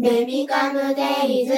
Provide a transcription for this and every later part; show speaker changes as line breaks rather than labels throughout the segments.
ベビカムデイズ。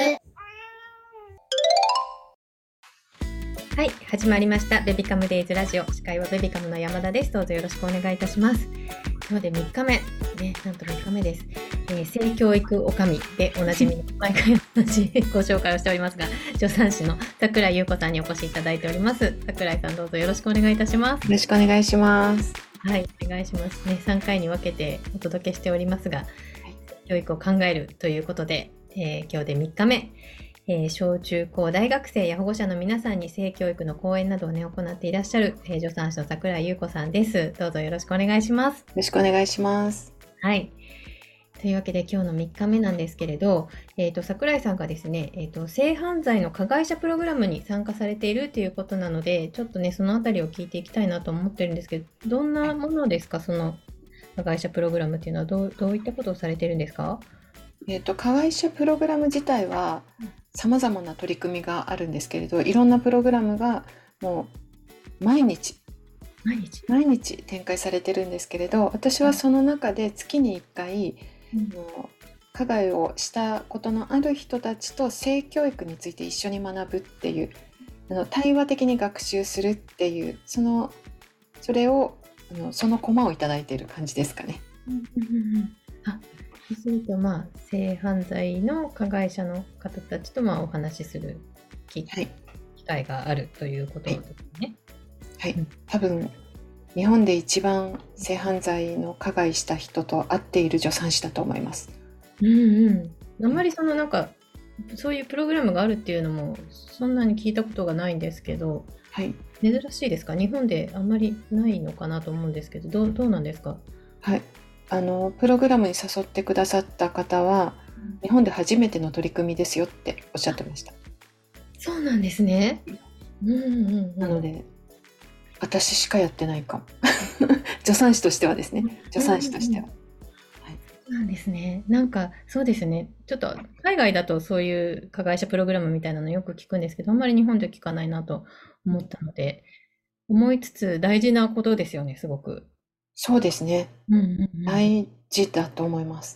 はい、始まりましたベビカムデイズラジオ。司会はベビカムの山田です。どうぞよろしくお願いいたします。今日で3日目ね、なんと3日目です。性教育おかみでおなじみの毎回同じご紹介をしておりますが、助産師の桜井優子さんにお越しいただいております。桜井さん、どうぞよろしくお願いいたします。
よろしくお願いします。
はい、お願いしますね。3回に分けてお届けしておりますが、教育を考えるということで、今日で3日目。小中高大学生や保護者の皆さんに性教育の講演などをね、行っていらっしゃる、助産師の桜井優子さんです。どうぞよろしくお願いします。
よろしくお願いします。
はい。というわけで今日の3日目なんですけれど、桜井さんがですね、性犯罪の加害者プログラムに参加されているということなので、ちょっとね、そのあたりを聞いていきたいなと思ってるんですけど、どんなものですか、その加害者プログラムっていうのはどういったことをされてるんですか？
加害者プログラム自体は様々な取り組みがあるんですけれど、いろんなプログラムがもう毎日展開されてるんですけれど、私はその中で月に1回、加害をしたことのある人たちと性教育について一緒に学ぶっていう、対話的に学習するっていう、そのコマをいただいている感じですかね。
そうすると、性犯罪の加害者の方たちとお話しする機会があるということですね。
はい、多分日本で一番性犯罪の加害した人と会っている助産師だと思います。
あんまりそういうプログラムがあるっていうのもそんなに聞いたことがないんですけど、珍しいですか？日本であんまりないのかなと思うんですけど、どうなんですか？
はい、プログラムに誘ってくださった方は、日本で初めての取り組みですよっておっしゃってました。
そうなんですね。
なので私しかやってないかも助産師としてはですね。助産師としては、
そうなんですね。なんかそうですね、ちょっと海外だとそういう加害者プログラムみたいなのよく聞くんですけど、あんまり日本で聞かないなと思ったので、思いつつ大事なことですよね、すごく。
そうですね、大事だと思います。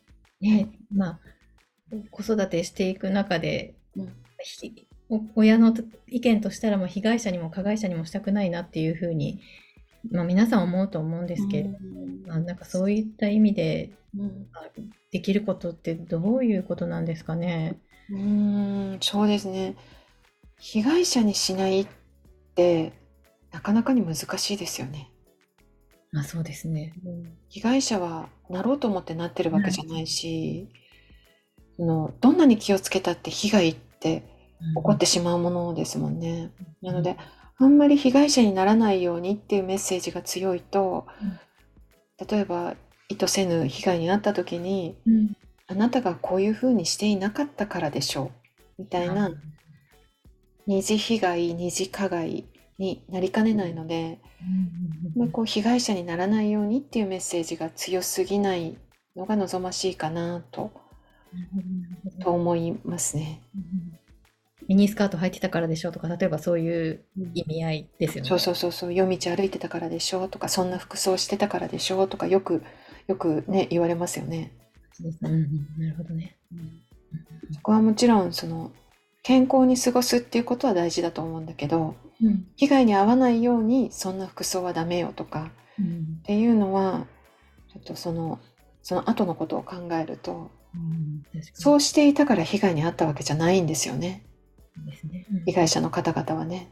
子育てしていく中で、親の意見としたら、被害者にも加害者にもしたくないなっていうふうに、皆さん思うと思うんですけれど、なんかそういった意味で、できることってどういうことなんですかね。
そうですね。被害者にしないってなかなかに難しいですよね。
そうですね。
被害者はなろうと思ってなってるわけじゃないし、どんなに気をつけたって被害って起こってしまうものですもんね。なのであんまり被害者にならないようにっていうメッセージが強いと、例えば意図せぬ被害に遭った時に、あなたがこういうふうにしていなかったからでしょうみたいな二次被害、二次加害になりかねないので、被害者にならないようにっていうメッセージが強すぎないのが望ましいかなと思いますね。
ミニスカート履いてたからでしょとか、例えばそういう意味合いですよね。
そう、夜道歩いてたからでしょとか、そんな服装してたからでしょとか、よくね言われますよね。
なるほどね。
そこはもちろん健康に過ごすっていうことは大事だと思うんだけど、被害に遭わないようにそんな服装はダメよとか、っていうのはちょっとその後のことを考えると、そうしていたから被害に遭ったわけじゃないんですよね。被害者の方々はね。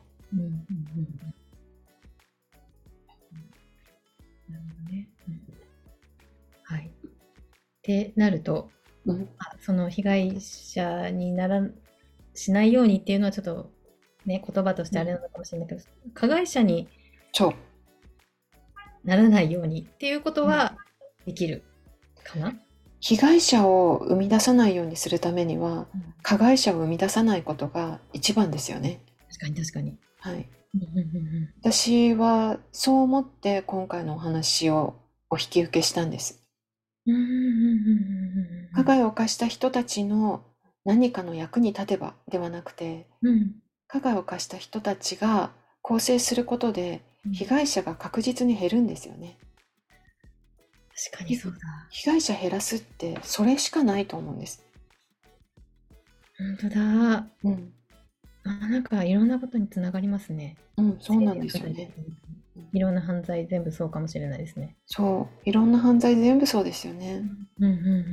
ってなると、その被害者にしないようにっていうのはちょっとね、言葉としてあれなのかもしれないけど、加害者にならないようにっていうことはできるかな？
被害者を生み出さないようにするためには、加害者を生み出さないことが一番ですよね。
確かに。
はい。私はそう思って今回のお話をお引き受けしたんです。加害を犯した人たちの何かの役に立てばではなくて、加害を犯した人たちが更生することで被害者が確実に減るんですよね。
確かにそうだ。
被害者減らすってそれしかないと思うんです。
本当だ。
うん。
なんかいろんなことにつながりますね。
うん、そうなんです
性犯罪
よね。
いろんな犯罪全部そうかもしれないですね。
そう、いろんな犯罪全部そうですよね。
うんうんうんうんうん。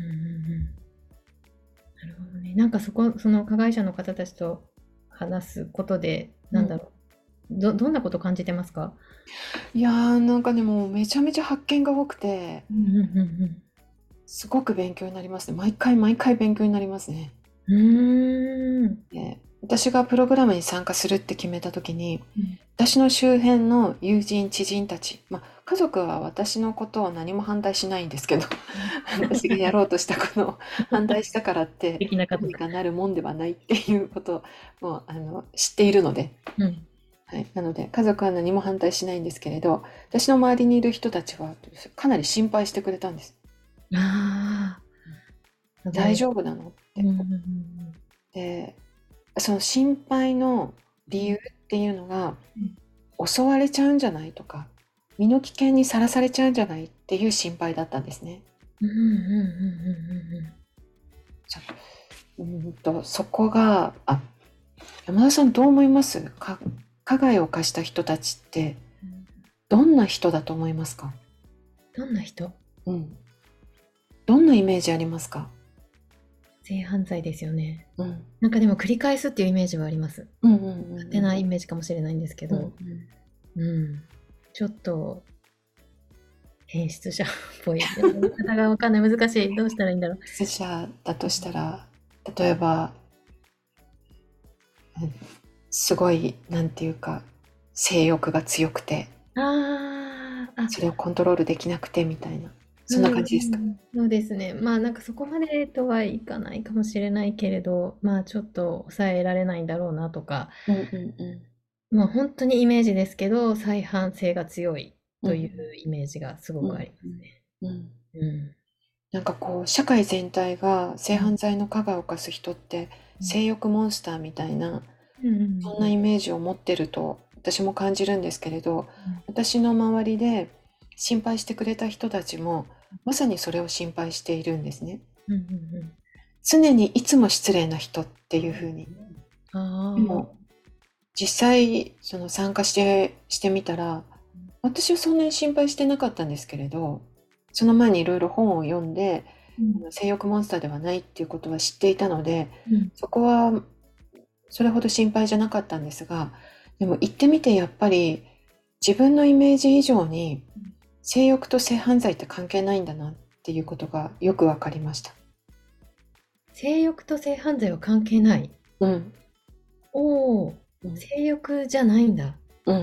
なるほどね。なんかその加害者の方たちと話すことで、
うん。
どんなこと感じてますか？
いやー、なんかね、もうめちゃめちゃ発見が多くて、
うんうん
すごく勉強になりますね。毎回毎回勉強になりますね。
うんうん。
で、私がプログラムに参加するって決めた時に、
うん
私の周辺の友人、知人たち、家族は私のことを何も反対しないんですけど、私がやろうとしたことを反対したからっ
素
て、どうに
敵な家族。
かなるもんではないっていうことを知っているので、
うん。
はい、なので家族は何も反対しないんですけれど、私の周りにいる人たちはかなり心配してくれたんです。
ああ、すごい。
大丈夫なのって。
うんうんうん
で、その心配の理由っていうのが、
うん
襲われちゃうんじゃないとか、身の危険にさらされちゃうんじゃないっていう心配だったんですね。
うんうんうんうん
ちそこが、山田さんどう思います？加害を犯した人たちって
うんうん。
どんな人だと思いますか？
どんな人？
うん。どんなイメージありますか？
性犯罪ですよね。
うん。
なんかでも繰り返すっていうイメージはあります。
うんうんうん
勝手なイメージかもしれないんですけ
うん。
ど、ちょっと変質者っぽい。でも言い方がわかんない。難しい。どうしたらいいんだろう。
出者だとしたら、例えば、うん、すごい、なんていうか、性欲が強くて、それをコントロールできなくてみたいな、そんな感じですか？
そうですね。なんかそこまでとはいかないかもしれないけれど、ちょっと抑えられないんだろうなとか、
うんうん
本当にイメージですけど、再犯性が強い
うん。
というイメージがすご
うん
くありますね。
うんうん。
うん。
なんかこう、社会全体が性
うん。
犯罪の加害を犯す人って、
うん。
性欲モンスターみたいな、
うんうん
そん
うん
なイメージを持ってると私も感じるんですけれど、
うん。
私の周りで心配してくれた人たちも、まさにそれを心配しているんですね。
うんうんうん。
常にいつも失礼な人っていう風に。で
ああ。
も、実際、その参加してみたら、私はそんなに心配してなかったんですけれど、その前にいろいろ本を読んで、
うん。
性欲モンスターではないっていうことは知っていたので、
うん。
そこはそれほど心配じゃなかったんですが、でも行ってみてやっぱり自分のイメージ以上に性欲と性犯罪って関係ないんだなっていうことがよくわかりました。
性欲と性犯罪は関係ない。
うん。
おお、
うん。
性欲じゃないんだ。
うん。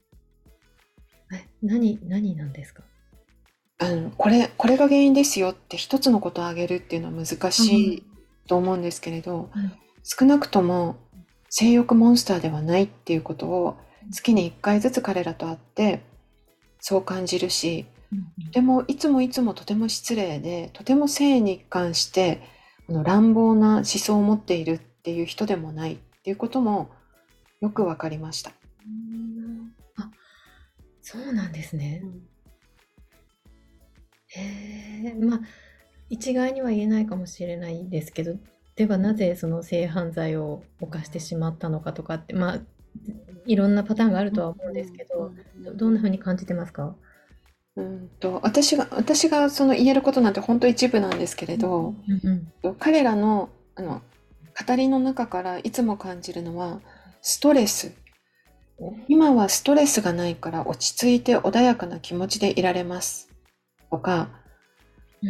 何なんですか？
これが原因ですよって一つのことを挙げるっていうのは難
うん。
しいと思うんですけれど、
はい。
少なくとも性欲モンスターではないっていうことを月に1回ずつ彼らと会ってそう感じるし、
うん
とてもいつもいつもとても失礼で、とても性に関して乱暴な思想を持っているっていう人でもないっていうこともよくわかりました。
うん。そうなんですね。
うん
へえ、一概には言えないかもしれないですけど、ではなぜその性犯罪を犯してしまったのかとかって、いろんなパターンがあるとは思うんですけど、どんな風に感じてますか？
私がその言えることなんて本当一部なんですけれど、
うんうん。
彼らの語りの中からいつも感じるのはストレス。今はストレスがないから落ち着いて穏やかな気持ちでいられますとか、
うん。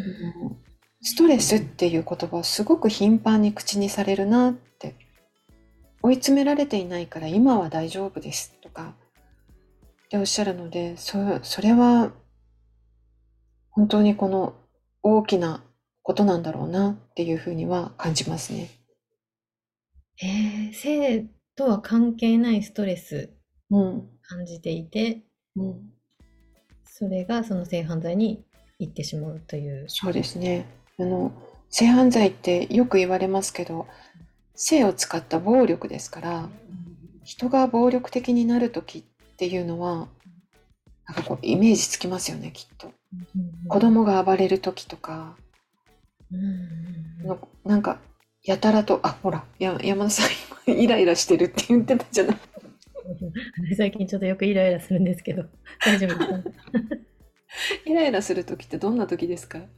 ストレスっていう言葉をすごく頻繁に口にされるなって、追い詰められていないから今は大丈夫ですとかっておっしゃるので、それは本当にこの大きなことなんだろうなっていうふうには感じますね。
へえ、性とは関係ないストレス
うん。
感じていて、
うん。
それがその性犯罪に行ってしまうという。
そうですね。性犯罪ってよく言われますけど、性を使った暴力ですから、人が暴力的になるときっていうのは、なんかこうイメージつきますよね、きっと。子供が暴れるときとか、
うんうんうん。
なんかやたらと、ほら、山田さん今イライラしてるって言ってたじゃない。
最近ちょっとよくイライラするんですけど、大丈夫ですか？
イライラする時ってどんな時ですか？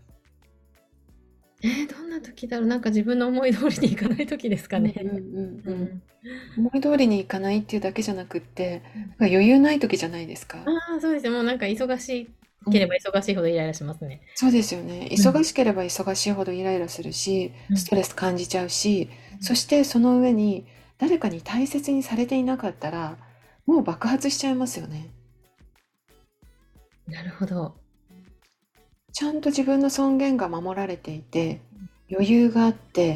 どんな時だろう。なんか自分の思い通りにいかない時ですかね。
思い通りにいかないっていうだけじゃなくって、余裕ない時じゃないですか。
そうですね。もうなんか忙しければ忙しいほどイライラしますね。
そうですよね。忙しければ忙しいほどイライラするし、ストレス感じちゃうし、そしてその上に誰かに大切にされていなかったら、もう爆発しちゃいますよね。
なるほど。
ちゃんと自分の尊厳が守られていて、余裕があって、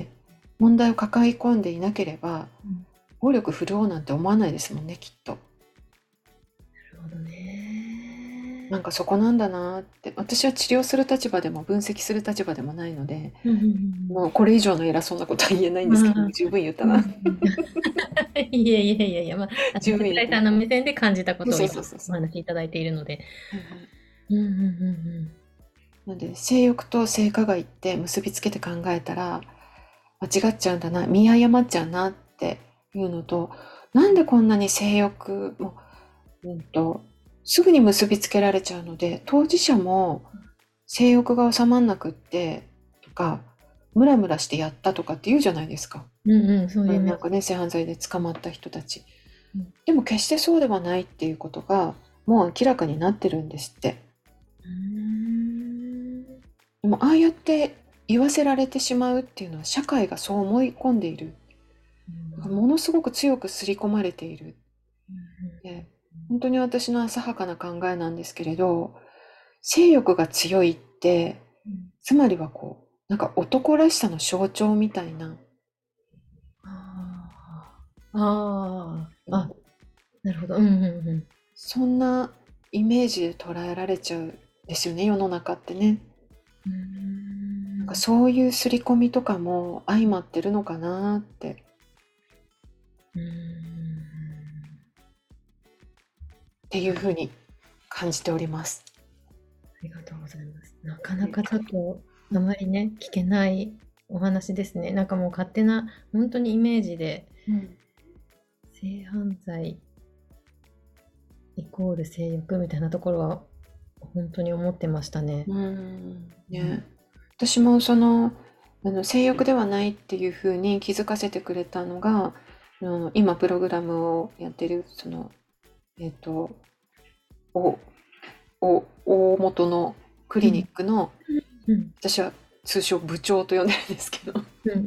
問題を抱え込んでいなければ、暴力振るおうなんて思わないですもんね、きっと。
なるほどね。
なんかそこなんだなって。私は治療する立場でも分析する立場でもないので、もうこれ以上の偉そうなことは言えないんですけど、十分言ったな。
いやいやいやいや、
十分
桜井さんの目線で感じたことを今
そう
お話しいただいているので。
なので、性欲と性加害って結びつけて考えたら、間違っちゃうんだな、見誤っちゃうなっていうのと、なんでこんなに性欲も、すぐに結びつけられちゃうので、当事者も性欲が収まんなくってとか、ムラムラしてやったとかって言うじゃないですか。
そういう
なんかね、性犯罪で捕まった人たち。でも決してそうではないっていうことが、もう明らかになってるんですって。でもああやって言わせられてしまうっていうのは社会がそう思い込んでいる。ものすごく強く刷り込まれている。本当に私の浅はかな考えなんですけれど、性欲が強いって、つまりはなんか男らしさの象徴みたいな。
なるほど。
そんなイメージで捉えられちゃうんですよね、世の中ってね。なんかそういう刷り込みとかも相まってるのかなって。っていうふうに感じております。
ありがとうございます。なかなかちょっとあまりね、聞けないお話ですね。なんかもう勝手な本当にイメージで、性犯罪イコール性欲みたいなところは本当に思ってましたね。
私も性欲ではないっていうふうに気づかせてくれたのが、今プログラムをやってる大元のクリニックの、私は通称部長と呼んでるんですけど、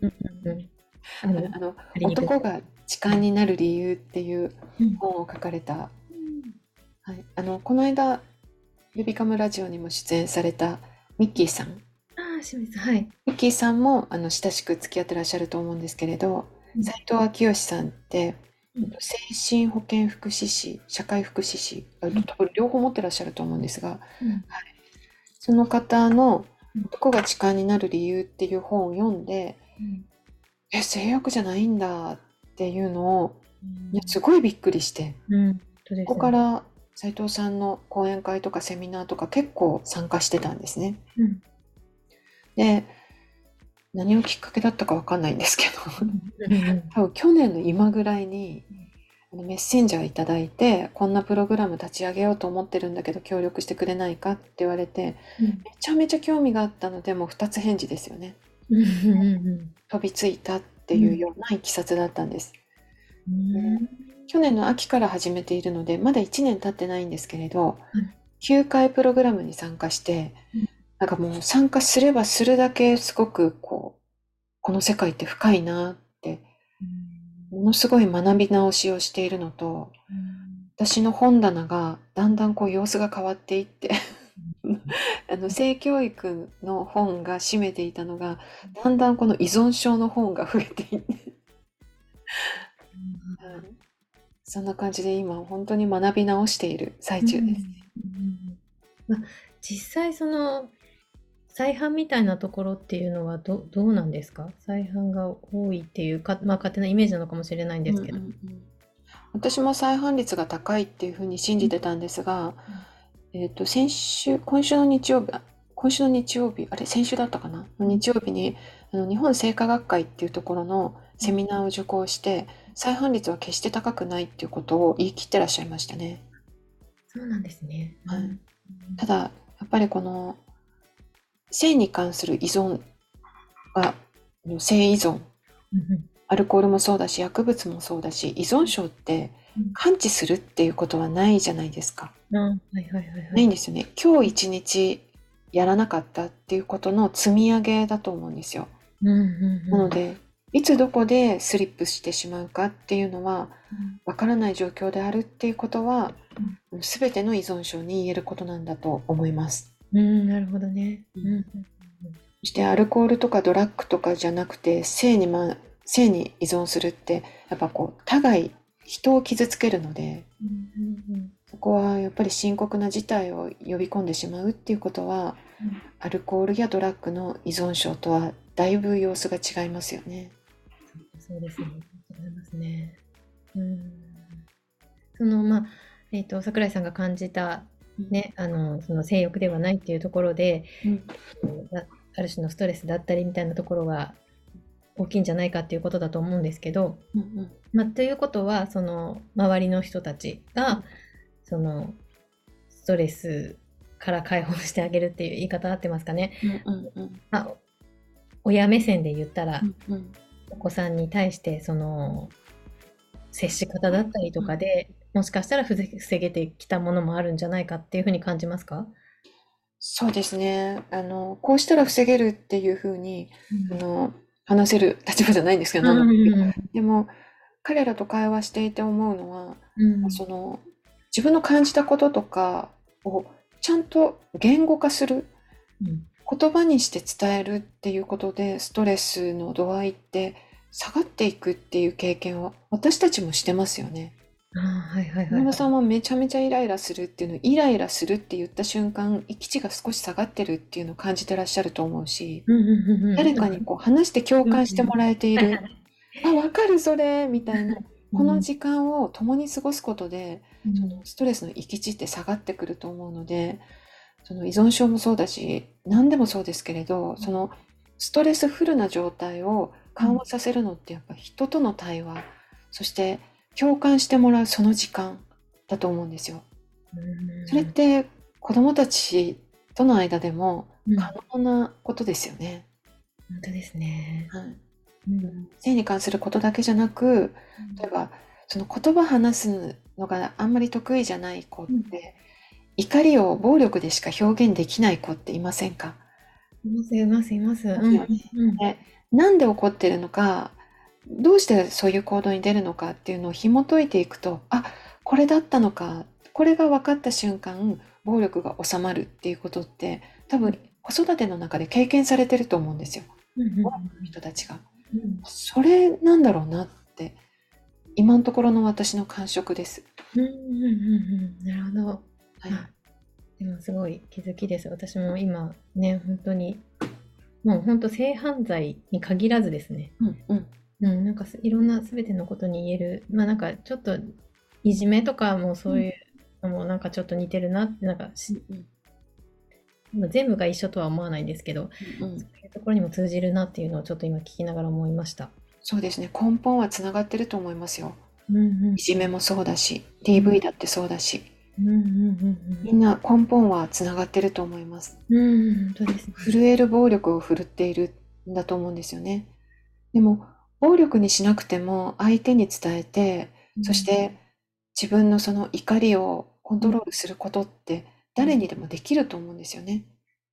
男が痴漢になる理由っていう本を書かれた、この間ベビカムラジオにも出演されたミッキーさん、ミッキーさんも親しく付き合ってらっしゃると思うんですけれど、斉藤昭義さんって精神保健福祉士、社会福祉士、多分両方持ってらっしゃると思うんですが、その方の男が痴漢になる理由っていう本を読んで、性欲じゃないんだっていうのを、すごいびっくりして、ここから斉藤さんの講演会とかセミナーとか結構参加してたんですね。で、何をきっかけだったかわかんないんですけど、多分去年の今ぐらいにメッセンジャーいただいて、こんなプログラム立ち上げようと思ってるんだけど協力してくれないかって言われて、めちゃめちゃ興味があったので、もう2つ返事ですよね。飛びついたっていうような経緯だったんです。去年の秋から始めているので、まだ1年経ってないんですけれど、9回プログラムに参加して、なんかもう参加すればするだけすごくこの世界って深いなって、ものすごい学び直しをしているのと、私の本棚がだんだん様子が変わっていって性教育の本が占めていたのが、だんだんこの依存症の本が増えていってそんな感じで今本当に学び直している最中ですね。
実際その再犯みたいなところっていうのはどうなんですか？再犯が多いっていうか、勝手なイメージなのかもしれないんですけど、
私も再犯率が高いっていうふうに信じてたんですが、今週の日曜日、先週だったかなの日曜日に日本製菓学会っていうところのセミナーを受講して、再犯率は決して高くないっていうことを言い切ってらっしゃいましたね。
そうなんですね。
はい。ただ、やっぱりこの性に関する依存は、性依存、アルコールもそうだし、薬物もそうだし、依存症って完治するっていうことはないじゃないですか。ないんですよね。今日一日やらなかったっていうことの積み上げだと思うんですよ。なので、いつどこでスリップしてしまうかっていうのはわからない状況であるっていうことは、全ての依存症に言えることなんだと思います。
なるほどね。
そしてアルコールとかドラッグとかじゃなくて、性に依存するってやっぱこう互い人を傷つけるので、そこはやっぱり深刻な事態を呼び込んでしまうっていうことは、アルコールやドラッグの依存症とはだいぶ様子が違いますよね。
そうですね。違いますね。その櫻井さんが感じたね、その性欲ではないっていうところで、ある種のストレスだったりみたいなところが大きいんじゃないかっていうことだと思うんですけど、ということはその周りの人たちがそのストレスから解放してあげるっていう言い方合ってますかね。親目線で言ったら、お子さんに対してその接し方だったりとかで、もしかしたら防げてきたものもあるんじゃないかっていうふうに感じますか？
そうですね。こうしたら防げるっていうふうに、話せる立場じゃないんですけど、でも彼らと会話していて思うのは、その自分の感じたこととかをちゃんと言語化する、言葉にして伝えるっていうことでストレスの度合いって下がっていくっていう経験は私たちもしてますよね。今田さんはめちゃめちゃイライラするっていうのを、イライラするって言った瞬間、域値が少し下がってるっていうのを感じてらっしゃると思うし、誰かにこう話して共感してもらえている、わかるそれみたいな、この時間を共に過ごすことで、そのストレスの域値って下がってくると思うので、その依存症もそうだし、何でもそうですけれど、そのストレスフルな状態を緩和させるのってやっぱ人との対話、そして共感してもらうその時間だと思うんですよ。それって子どもたちとの間でも可能なことですよね。
本当ですね。
性に関することだけじゃなく、例えばその言葉話すのがあんまり得意じゃない子って、怒りを暴力でしか表現できない子っていませんか？
います。
なんで怒ってるのか、どうしてそういう行動に出るのかっていうのを紐解いていくと、これだったのか、これが分かった瞬間、暴力が収まるっていうことって多分子育ての中で経験されてると思うんですよ。多くの人たちが。それなんだろうなって今のところの私の感触です。
なるほど。でもすごい気づきです。私も今ね、本当にもう本当性犯罪に限らずですね。なんかいろんな全てのことに言える、なんかちょっといじめとかもそういうのもなんかちょっと似てるなって、なんか全部が一緒とは思わないんですけど、そういうところにも通じるなっていうのをちょっと今聞きながら思いました。
そうですね。根本はつながってると思いますよ。いじめもそうだし、DV だってそうだし、みんな根本はつながってると思います。
本当ですね。
震える暴力を振るっているんだと思うんですよね。でも暴力にしなくても相手に伝えて、そして自分のその怒りをコントロールすることって誰にでもできると思うんですよね。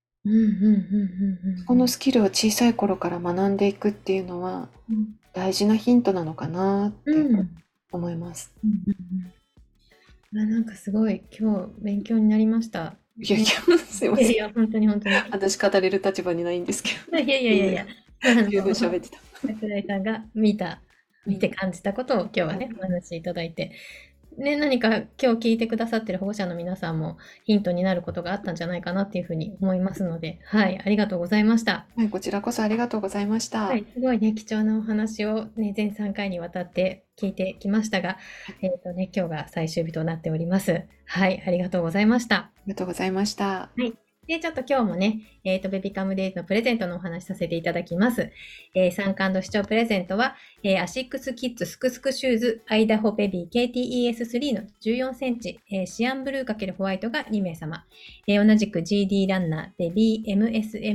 このスキルを小さい頃から学んでいくっていうのは大事なヒントなのかなって思います。
なんかすごい今日勉強になりました。
すいません。
いや本当に
私語れる立場にないんですけど。
いや
十分喋ってた。
櫻井さんが見て感じたことを今日はね、お話しいただいて、ね、何か今日聞いてくださってる保護者の皆さんもヒントになることがあったんじゃないかなっていうふうに思いますので、ありがとうございました。
こちらこそありがとうございました。
すごいね、貴重なお話をね、全3回にわたって聞いてきましたが、今日が最終日となっております。ありがとうございました。
ありがとうございました。
で、ちょっと今日もね、ベビカムデイズのプレゼントのお話しさせていただきます。参観視聴プレゼントは、アシックスキッズスクスクシューズアイダホベビー KTES3 の14センチ、シアンブルー×ホワイトが2名様。同じく GD ランナーベビー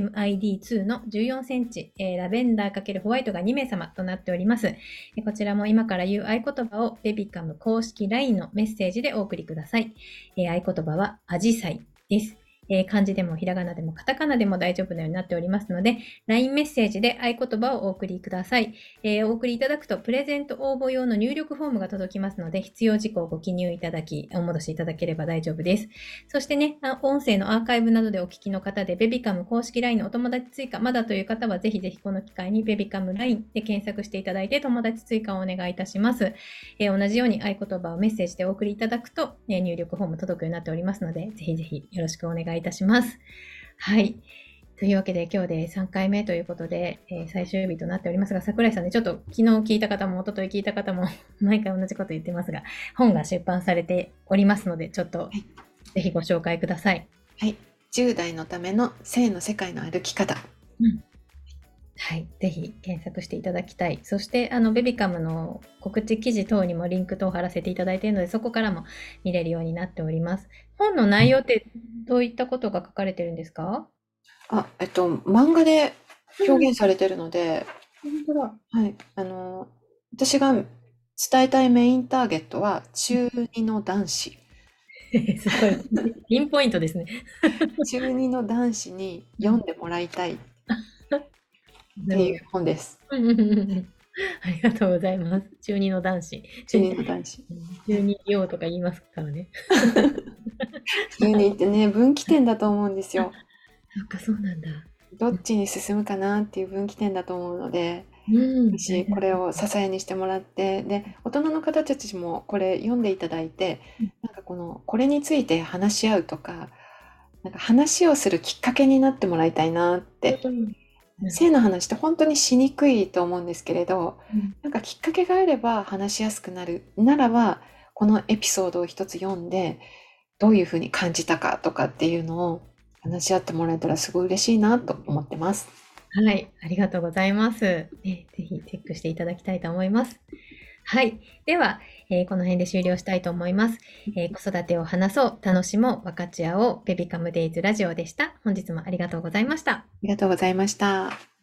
MSMID2 の14センチ、ラベンダー×ホワイトが2名様となっております。こちらも今から言う合言葉をベビカム公式 LINE のメッセージでお送りください。合言葉はアジサイです。漢字でもひらがなでもカタカナでも大丈夫なようになっておりますので、LINE メッセージで合言葉をお送りください。お送りいただくとプレゼント応募用の入力フォームが届きますので、必要事項をご記入いただき、お戻しいただければ大丈夫です。そしてね、音声のアーカイブなどでお聞きの方で、ベビカム公式 LINE のお友達追加、まだという方はぜひぜひこの機会にベビカム LINE で検索していただいて、友達追加をお願いいたします。同じように合言葉をメッセージでお送りいただくと、入力フォーム届くようになっておりますので、ぜひぜひよろしくお願いいたします。はい。というわけで今日で3回目ということで、最終日となっておりますが、桜井さんね、ちょっと昨日聞いた方も一昨日聞いた方も毎回同じこと言ってますが、本が出版されておりますので、ちょっとぜひご紹介ください。
はい。10代のための性の世界の歩き方。
はい。ぜひ検索していただきたい。そして、ベビカムの告知記事等にもリンク等を貼らせていただいているので、そこからも見れるようになっております。本の内容ってどういったことが書かれてるんですか？
漫画で表現されてるので、
本当だ。
はい。私が伝えたいメインターゲットは中2の男子。
すごい。ピンポイントですね。
中2の男子に読んでもらいたいっていう本です。
ありがとうございます。中2の男子。
中2の男子。
中2よとか言いますからね。
中2ってね、分岐点だと思うんですよ。
そっか、そうなんだ。
どっちに進むかなっていう分岐点だと思うので、私これを支えにしてもらって、で、大人の方たちもこれ読んでいただいて、なんかこれについて話し合うとか、なんか話をするきっかけになってもらいたいなって。性の話って本当にしにくいと思うんですけれど、なんかきっかけがあれば話しやすくなるならば、このエピソードを一つ読んで、どういうふうに感じたかとかっていうのを話し合ってもらえたらすごい嬉しいなと思ってます。
はい、ありがとうございます。ぜひチェックしていただきたいと思います。はい。では、この辺で終了したいと思います。子育てを話そう、楽しもう、分かち合おう、ベビカムデイズラジオでした。本日もありがとうございました。
ありがとうございました。